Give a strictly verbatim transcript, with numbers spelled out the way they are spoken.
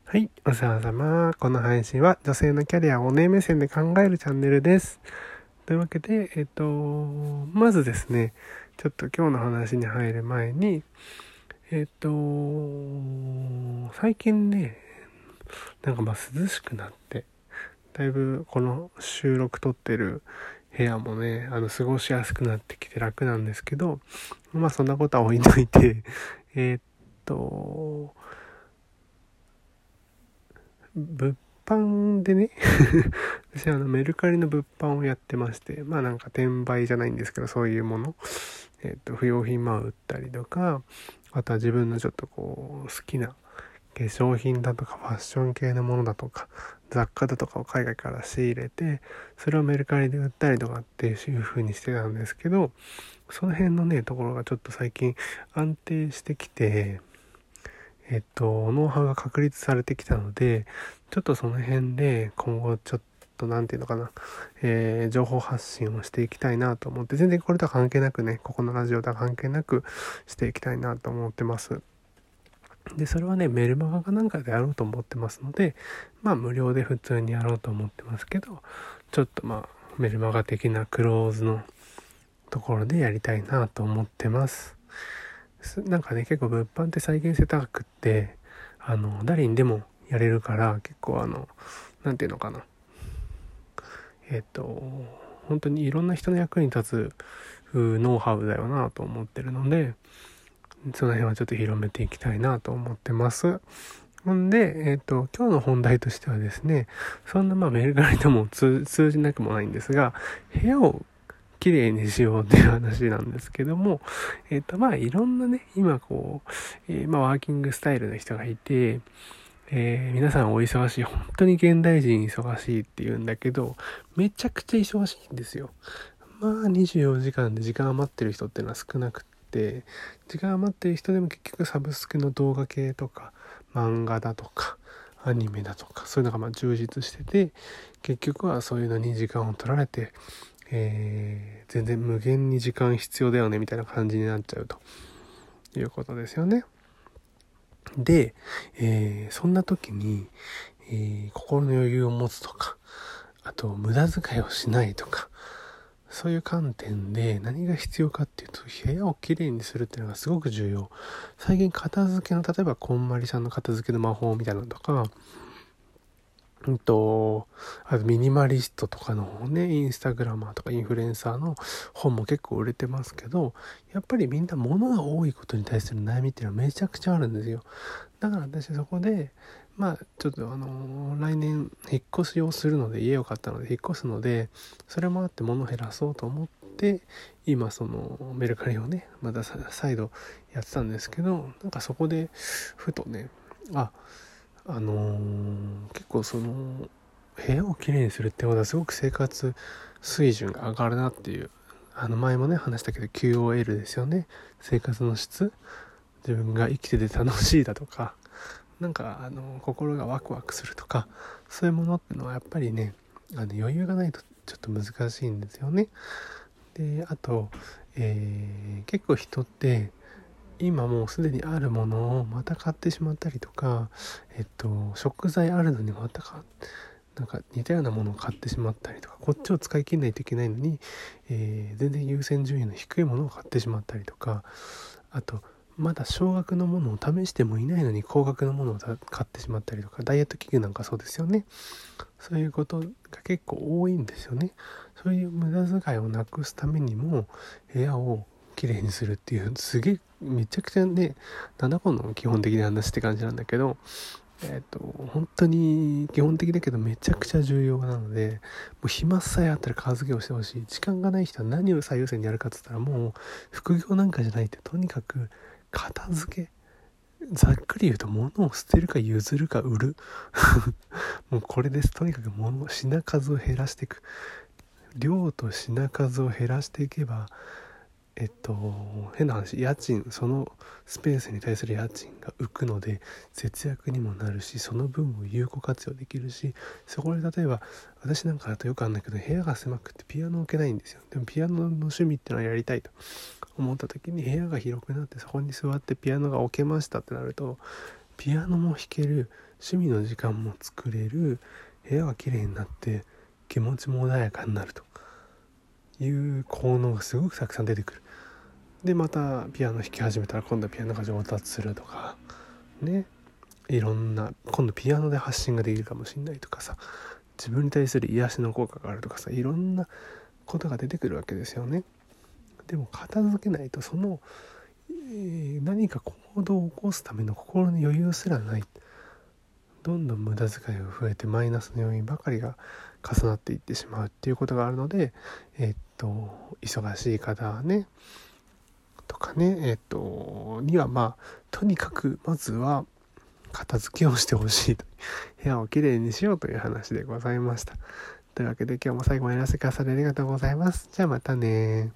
はい、お世話様。この配信は女性のキャリアをね目線で考えるチャンネルです。というわけで、えっと、まずですね、ちょっと今日の話に入る前に、えっと、最近ね、なんかまあ涼しくなって、だいぶこの収録撮ってる部屋もね、あの過ごしやすくなってきて楽なんですけど、まあそんなことは置いといて、えっと、物販でね私あのメルカリの物販をやってまして、まあなんか転売じゃないんですけど、そういうもの、えっと不用品まあ売ったりとか、あとは自分のちょっとこう好きな化粧品だとかファッション系のものだとか雑貨だとかを海外から仕入れて、それをメルカリで売ったりとかっていう風にしてたんですけど、その辺のねところがちょっと最近安定してきて、えっと、ノウハウが確立されてきたので、ちょっとその辺で今後ちょっとなんていうのかな、えー、情報発信をしていきたいなと思って、全然これとは関係なくね、ここのラジオとは関係なくしていきたいなと思ってます。で、それはね、メルマガかなんかでやろうと思ってますので、まあ無料で普通にやろうと思ってますけど、ちょっとまあメルマガ的なクローズのところでやりたいなと思ってます。なんかね、結構物販って再現性高くって、あの誰にでもやれるから、結構あのなんていうのかな、えっと本当にいろんな人の役に立つノウハウだよなと思ってるので、その辺はちょっと広めていきたいなと思ってます。ほんで、えっと今日の本題としてはですね、そんなまあメルカリとも通じなくもないんですが、部屋を綺麗にしようっていう話なんですけども、えっとまあいろんなね、今こう、えー、まあワーキングスタイルの人がいて、えー、皆さんお忙しい、本当に現代人忙しいって言うんだけど、めちゃくちゃ忙しいんですよ。まあにじゅうよじかんで時間余ってる人っていうのは少なくって、時間余ってる人でも結局サブスクの動画系とか漫画だとかアニメだとか、そういうのがまあ充実してて、結局はそういうのに時間を取られて、えー、全然無限に時間必要だよねみたいな感じになっちゃうということですよね。で、えー、そんな時に、えー、心の余裕を持つとか、あと無駄遣いをしないとか、そういう観点で何が必要かっていうと、部屋をきれいにするっていうのがすごく重要。最近片付けの、例えばこんまりさんの片付けの魔法みたいなのとか、うんと、あとミニマリストとかのね、インスタグラマーとかインフルエンサーの本も結構売れてますけど、やっぱりみんな物が多いことに対する悩みっていうのはめちゃくちゃあるんですよ。だから私そこで、まあちょっとあのー、来年引っ越しをするので、家を買ったので引っ越すので、それもあって物を減らそうと思って、今そのメルカリをね、また再度やってたんですけど、なんかそこでふとね、あ、あのー、結構その部屋をきれいにするってことはすごく生活水準が上がるなっていう、あの前もね話したけど キューオーエル ですよね。生活の質、自分が生きてて楽しいだとか、なんかあの心がワクワクするとか、そういうものってのはやっぱりね、あの余裕がないとちょっと難しいんですよね。で、あと、えー、結構人って今もうすでにあるものをまた買ってしまったりとか、えっと食材あるのにまたかなんか似たようなものを買ってしまったりとか、こっちを使い切んないといけないのに、えー、全然優先順位の低いものを買ってしまったりとか、あとまだ少額のものを試してもいないのに高額のものを買ってしまったりとか、ダイエット器具なんかそうですよね。そういうことが結構多いんですよね。そういう無駄遣いをなくすためにも部屋をきれいにするっていう、すげえめちゃくちゃね、なんだこの基本的な話って感じなんだけど、えっと本当に基本的だけどめちゃくちゃ重要なので、もう暇さえあったら片付けをしてほしい。時間がない人は何を最優先にやるかって言ったら、もう副業なんかじゃないって、とにかく片付け、ざっくり言うと物を捨てるか譲るか売るもうこれです。とにかく物、品数を減らしていく。量と品数を減らしていけば、えっと変な話、家賃、そのスペースに対する家賃が浮くので節約にもなるし、その分を有効活用できるし、そこで例えば私なんかだとよくあるんだけど、部屋が狭くてピアノを置けないんですよ。でもピアノの趣味ってのはやりたいと思った時に、部屋が広くなってそこに座ってピアノが置けましたってなると、ピアノも弾ける、 趣味の時間も作れる、部屋がきれいになって気持ちも穏やかになるという効能がすごくたくさん出てくる。でまたピアノ弾き始めたら今度はピアノが上達するとかね、いろんな今度ピアノで発信ができるかもしれないとかさ、自分に対する癒しの効果があるとかさ、いろんなことが出てくるわけですよね。でも片付けないとその、えー、何か行動を起こすための心の余裕すらない、どんどん無駄遣いが増えてマイナスの要因ばかりが重なっていってしまうっていうことがあるので、えー、っと忙しい方はねとかねえー、っとにはまあとにかくまずは片付けをしてほしいと、部屋をきれいにしようという話でございました。というわけで今日も最後までいらしてくださりありがとうございます。じゃあまたね。